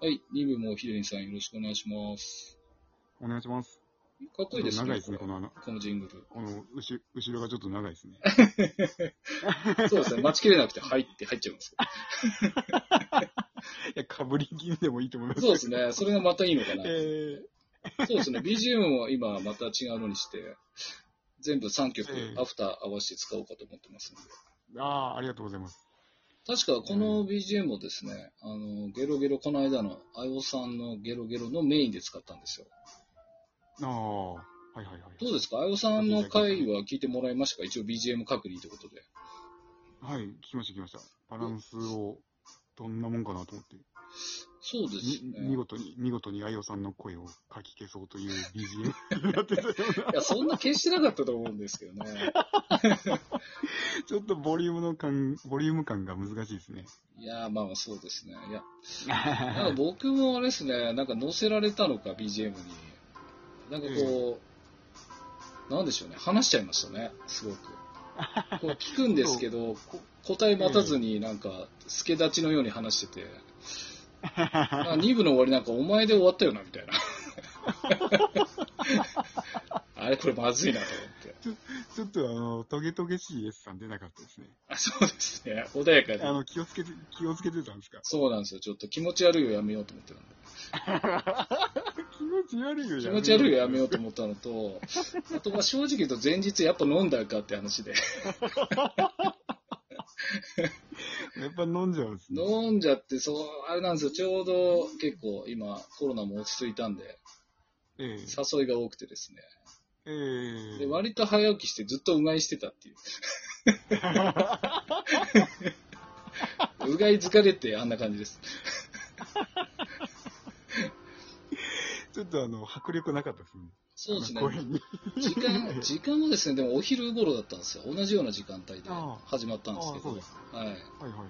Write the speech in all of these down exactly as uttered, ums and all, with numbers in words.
はい、に部もひでにさんよろしくお願いします。 お願いします。 かっこいいですね。 長いですね、このあの、 このジングル。 この後後ろがちょっと長いですね。 そうですね、待ちきれなくて入って入っちゃいます。 いや、かぶり気味でもいいと思います。 そうですね、それがまたいいのかな。 えー、 そうですね、ビージーエム も今また違うのにして、全部さんきょく、 えー、 アフター合わせて使おうかと思ってますので。 ああ、ありがとうございます。確かこの ビージーエム もですね、あの、ゲロゲロ、この間のあおさんのゲロゲロのメインで使ったんですよ。 ああ、はいはいはい。 どうですか、あおさんの回は聞いてもらいましたか？一応 ビージーエム 確認ということで。 はい、聞きました聞きました。バランスをどんなもんかなと思って。 そうですね。 見事に、見事にあおさんの声をかき消そうという ビージーエム になってたような。 いや、そんな消してなかったと思うんですけどね。 ちょっとボリュームの感、ボリューム感が難しいですね。 いや、まあそうですね。いや、なんか僕もあれですね、なんか載せられたのか、ビージーエム に。なんかこう、ええ、なんでしょうね、話しちゃいましたね、すごく。こう聞くんですけど、答え待たずになんか、助立ちのように話してて、に部の終わりなんかお前で終わったよな、みたいな。あれこれまずいなと思って。 ちょちょっとあの、トゲトゲしい S さん出なかったですね。 あ、そうですね。穏やかに。 あの、気をつけて、気をつけてたんですか？ そうなんですよ。ちょっと気持ち悪いをやめようと思ってたんで。 気持ち悪いよ気持ち悪いをやめようと思ったのと、あとまあ正直言うと前日やっぱ飲んだかって話で。 やっぱ飲んじゃうんですね。 飲んじゃって、そう、あれなんですよ。ちょうど結構今コロナも落ち着いたんで、ええ、誘いが多くてですね。ええ、で割と早起きしてずっとうがいしてたっていう。うがい疲れてあんな感じです。 ちょっとあの、迫力なかったですね。 そうですね。時間、時間もですね、でもお昼頃だったんですよ。同じような時間帯で始まったんですけど。そうです。はい。はいはいはい。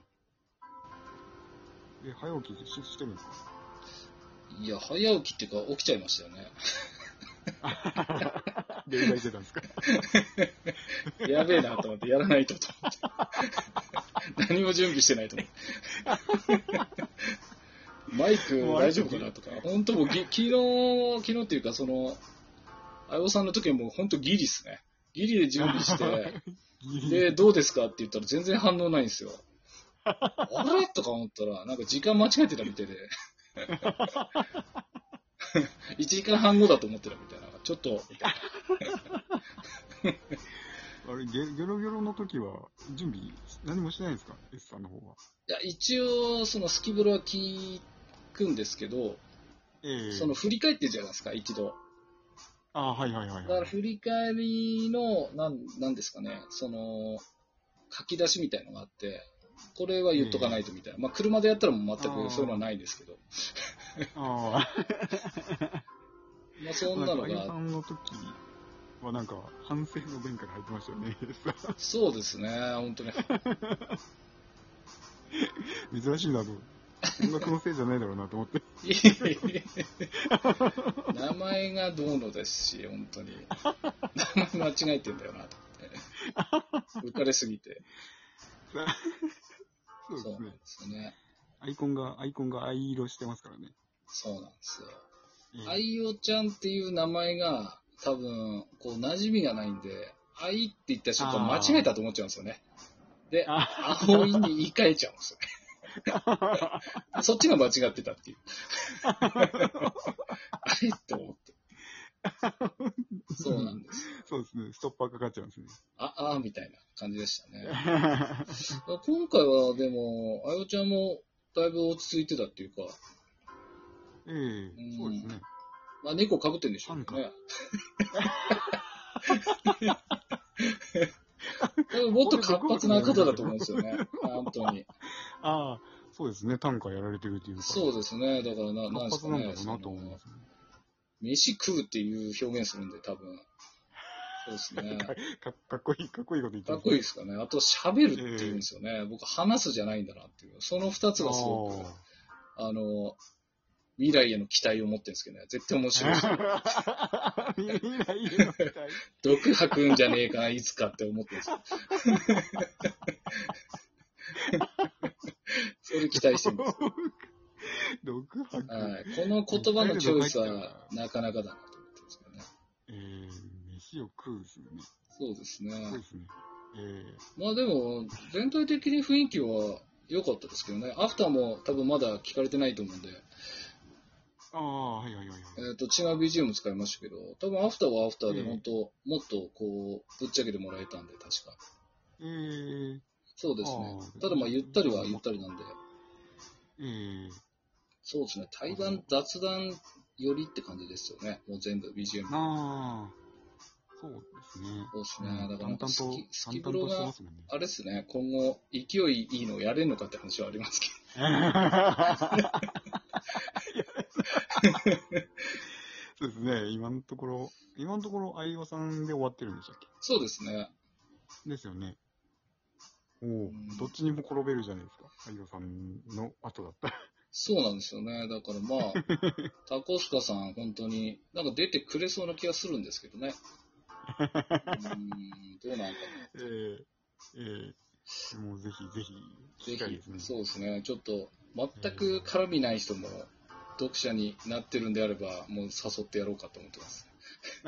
え、早起きししてるんですか？ いや、早起きっていうか起きちゃいましたよね。 で、うがいしてたんですか？ やべえなと思って、やらないとと思って。何も準備してないと思って。マイク大丈夫かなとか、本当もうぎ昨日、昨日っていうか、その、あおさんの時はもう本当ギリっすね。ギリで準備して、で、どうですかって言ったら全然反応ないんですよ。あれとか思ったら、なんか時間間違えてたみたいで。いちじかんはんごだと思ってたみたいな。ちょっと、みたいな。 あれ、ゲゲロゲロの時は準備何もしてないんですか？ S さんの方は。 いや、一応、そのスキブロは聞くんですけど、えー、その振り返ってるじゃないですか、一度。 ああ、はいはいはい、はい。 だから振り返りの、なん、なんですかね、その、書き出しみたいのがあって、これは言っとかないとみたいな。えー、まあ、車でやったらもう全くそういうのはないんですけど。ああ。まあ、そんなのが。 あゆさんの時はなんか、反省の弁から入ってましたよね。 そうですね、本当に。 珍しいなと。音楽のせいじゃないだろうなと思って。 名前がどうのですし、本当に。名前間違えてんだよなと思って。浮かれすぎて。 そうですね。ね。アイコンが、アイコンが藍色してますからね。 そうなんですよ。あいおちゃんっていう名前が、多分、こう、馴染みがないんで、あいって言った瞬間間違えたと思っちゃうんですよね。で、青いに言い換えちゃうんですよね。そっちが間違ってたっていう。あれって思って。そうなんです。 そうですね。ストッパーかかっちゃうんですね。 あ、あみたいな感じでしたね。今回はでも、あよちゃんもだいぶ落ち着いてたっていうか。 ええーうん、そうですね。 まあ、猫かぶってんでしょうね。もっと活発な方だと思うんですよね。本当に。 ああ、そうですね。短歌やられてるっていうか。 そうですね。だからな、 なんですかね。活発なんだろうなと思いますね。 飯食うっていう表現するんで、多分。そうですね。 か, かっこいい、かっこいいこと言ってます、ね。かっこいいですかね。あと、喋るって言うんですよね。えー、僕、話すじゃないんだなっていう。その二つがすごく、あの、未来への期待を持ってるんですけどね。絶対面白いし。 未来への期待。 毒吐くんじゃねえかな、いつかって思ってるんですよ。それ期待してるんですよ。 独白。 はい。この言葉のチョイスはなかなかだなと思ってますけどね。 えー、飯を食うですね。 そうですね。 そうですね。えー、 まあでも、全体的に雰囲気は良かったですけどね。アフターも多分まだ聞かれてないと思うんで、 ああ、はいはいはいはい。 えっと、違う ビージーエム 使いましたけど、多分アフターはアフターでええ本当、もっとこう、ぶっちゃけてもらえたんで、確か。 えー、 そうですね。 ああただまあ、ゆったりはゆったりなんで、 えー、 そうですね。対談、雑談よりって感じですよね。もう全部 ビージーエム。 ああ、そうですね。 そうですね。 うんだからなんか淡々とスキ、スキ淡々としてブロがますもんね。 あれですね、今後、勢いいいのをやれるのかって話はありますけそうですね。今のところ、今のところ、相葉さんで終わってるんでしたっけ？ ど。そうですね。 ですよね。おお、 うんどっちにも転べるじゃないですか。相葉さんの後だったら。 そうなんですよね。だからまあ、タコスカさん、本当に、なんか出てくれそうな気がするんですけどね。うーん、どうなんかええええもうぜひぜひ聞な。ぜひきたいですね。、 そうですね。ちょっと、全く絡みない人も、読者になってるんであれば、もう誘ってやろうかと思ってます。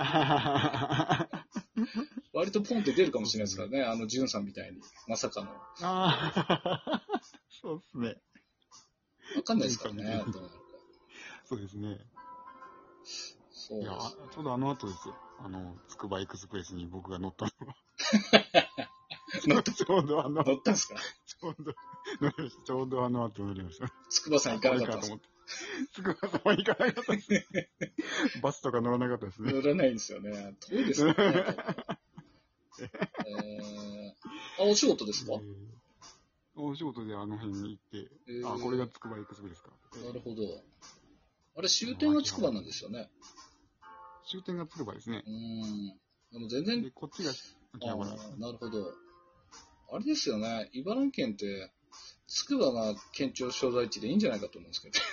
割とポンって出るかもしれないですからね。あの、ジュンさんみたいに。まさかの。 ああ、そうですね。 わかんないですからね。どうなるか。 そうですね。いや、 そうです。 ちょうどあの後ですよ。あの、つくばエクスプレスに僕が乗ったのは。 乗ったちょうどあの、 乗ったんですか？ ちょうど、乗りました。ちょうどあの後乗りました。 筑波さん行かなかったんですか？ つくばさんは行かなかったですね。バスとか乗らなかったですね。 乗らないんですよね。遠いですよね。えー、あ、お仕事ですか？ えーお仕事であの辺に行って、 えーあ、これがつくばエクスプレスか。 なるほど。あれ、終点が筑波なんですよね。 終点がつくばですねう。ん。でも全然、 で、こっちが秋あ葉原ですね。 ーなるほど。あれですよね。茨城県って、筑波が県庁所在地でいいんじゃないかと思うんですけど。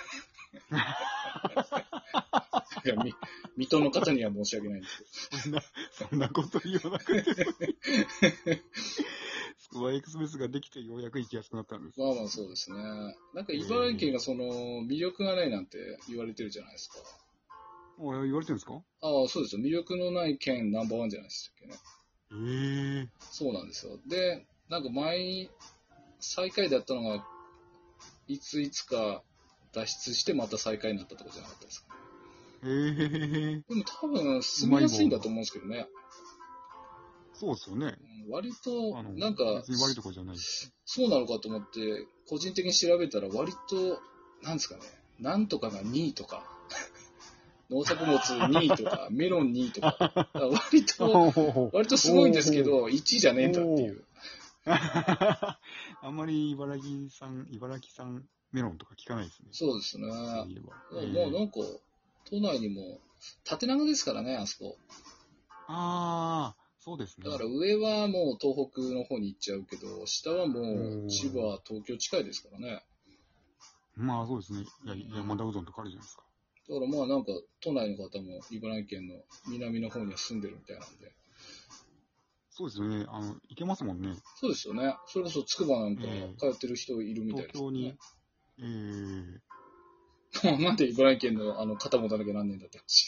いや、み、水戸の方には申し訳ないんですけど。 そんな、そんなこと言わなくても。つくばエクスプレスができてようやく行きやすくなったんです。 まあまあそうですね。なんか茨城県がその魅力がないなんて言われてるじゃないですか。 お言われてるんですか？ ああ、そうですよ。魅力のない県ナンバーワンじゃないですっけね。 ええそうなんですよ。で、なんか前、最下位だったのが、いついつか脱出してまた最下位になったとこじゃなかったですか。 ええでも多分住みやすいんだと思うんですけどね。 そうですよね。 うん割とあの、、 なんか、 別に悪いとこじゃないし。 そうなのかと思って、個人的に調べたら割と、なんですかね、なんとかがにいとか、農作物にいとか、メロンにいとか、割と、割とすごいんですけど、いちいじゃねえんだっていう。 あんまり茨城産、茨城産メロンとか聞かないですね。 そうですね。 そういえば。 もうえーなんか、都内にも、縦長ですからね、あそこ。 ああ、そうですね。 だから上はもう東北の方に行っちゃうけど、下はもうんう千葉、東京近いですからね。 まあそうですね。いや山田うどんとかあるじゃないですか。 だからまあなんか、都内の方も茨城県の南の方には住んでるみたいなんで。 そうですよね。あの、行けますもんね。 そうですよね。それこそ筑波なんかええ通ってる人いるみたいですよね。 東京に、えー、 もうなんで茨城県のあの肩持たなきゃなんねえんだって話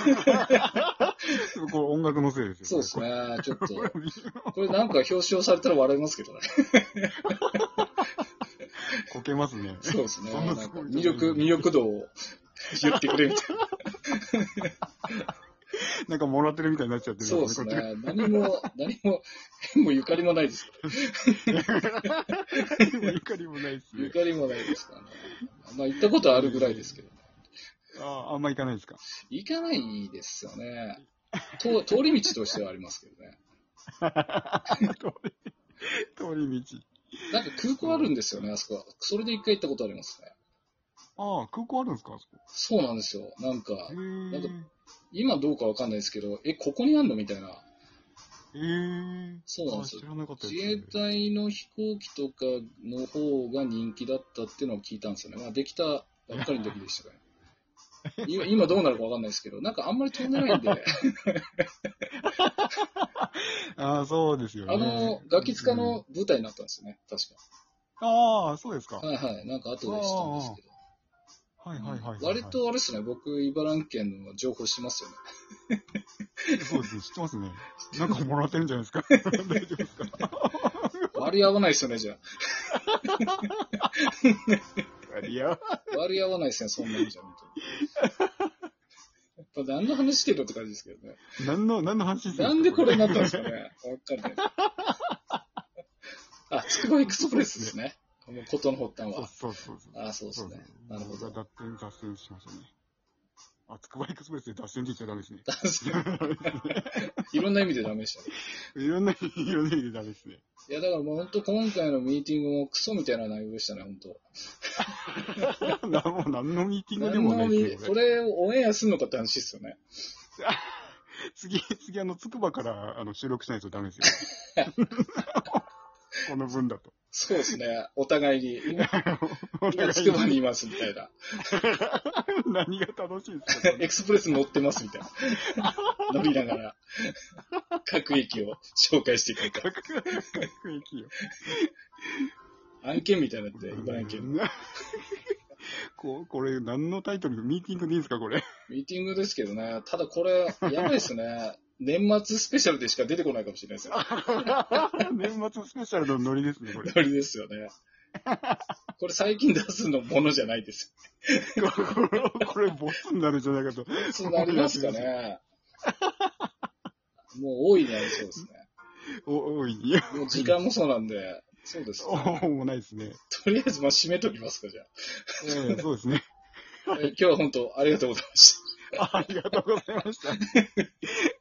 です。 こう音楽のせいですよ。 そうですね。ちょっと、 これ。 これなんか表彰されたら笑いますけどね。 こけますね。 そうですね。 そんななんすごいか魅力、魅力度を言ってくれみたいな。 なんかもらってるみたいになっちゃってるそうですね。何も、何も、縁もゆかりもないですから。 ゆかりもないですね。 ゆかりもないですからね。まあ行ったことあるぐらいですけどね。 ああ、あんま行かないですか。 行かないですよね。と通り道としてはありますけどね。 通り道。 なんか空港あるんですよね、あそこは。それで一回行ったことありますね。 ああ、空港あるんですか、あそこ。 そうなんですよ。なんか、 へなんかえ。 今どうかわかんないですけど、え、ここにあんのみたいな。 へえ。 そうなんですよあ知らなかったです自ね。 衛隊の飛行機とかの方が人気だったっていうのを聞いたんですよね。まあ、できたばっかりの時でしたから。今今どうなるかわかんないですけど、なんかあんまり飛んでないんで、 ああ、そうですよね。 あの、ガキ使の舞台になったんですよね、確か。 ああ、そうですか。 はいはい。なんか後で知ったんですけど。 はいはいはいはい、はい。 割とあれですね、僕、茨城県の情報しますよね。 そうですね、知ってますね。なんかもらってるんじゃないですか。大丈夫ですか。 割り合わないですよね、じゃあ。 割り合わ割り合わないですね、そんなんじゃ。本当にやっぱ何の話してるのって感じですけどね。 何の、何の話ですか。 なんでこれになったんですかね。わかんない。あ、つくばエクスプレスですね。もうことの発端は。 そうそうそう。 あ、そうですね。なるほど。 脱線、脱線しましたね。あ、つくばエクスプレスで脱線って言っちゃダメですね。 脱線。いろんな意味でダメでしたね。 いろんな、いろんな意味でダメですね。 いや、だからもう本当今回のミーティングもクソみたいな内容でしたね、本当。 なもう何のミーティングでもないですね。 これをオンエアするのかって話ですよね。 次、次あの、つくばからあの収録しないとダメですよ。この分だと。 そうですね。お互いに。今、今つくばにいますみたいな。 何が楽しいですか。 エクスプレス乗ってますみたいな。乗りながら、各駅を紹介していく。 各、各駅を。 案件みたいになって、茨城県の。 ここれ、何のタイトル、ミーティングでいいんですか、これ。 ミーティングですけどね。ただこれ、やばいですね。年末スペシャルでしか出てこないかもしれないですよ。 年末スペシャルのノリですね、これ。 ノリですよね。これ最近出すのものじゃないです。 これボツになるんじゃないかと。 ボツになりますかね。もう大いにありそうですね。 お大いに。 もう時間もそうなんで、そうですね。 おもうないですね。 とりあえず、まあ、締めときますか、じゃあ。 ええ、そうですね。 え今日は本当ありがとうございました。 ありがとうございました。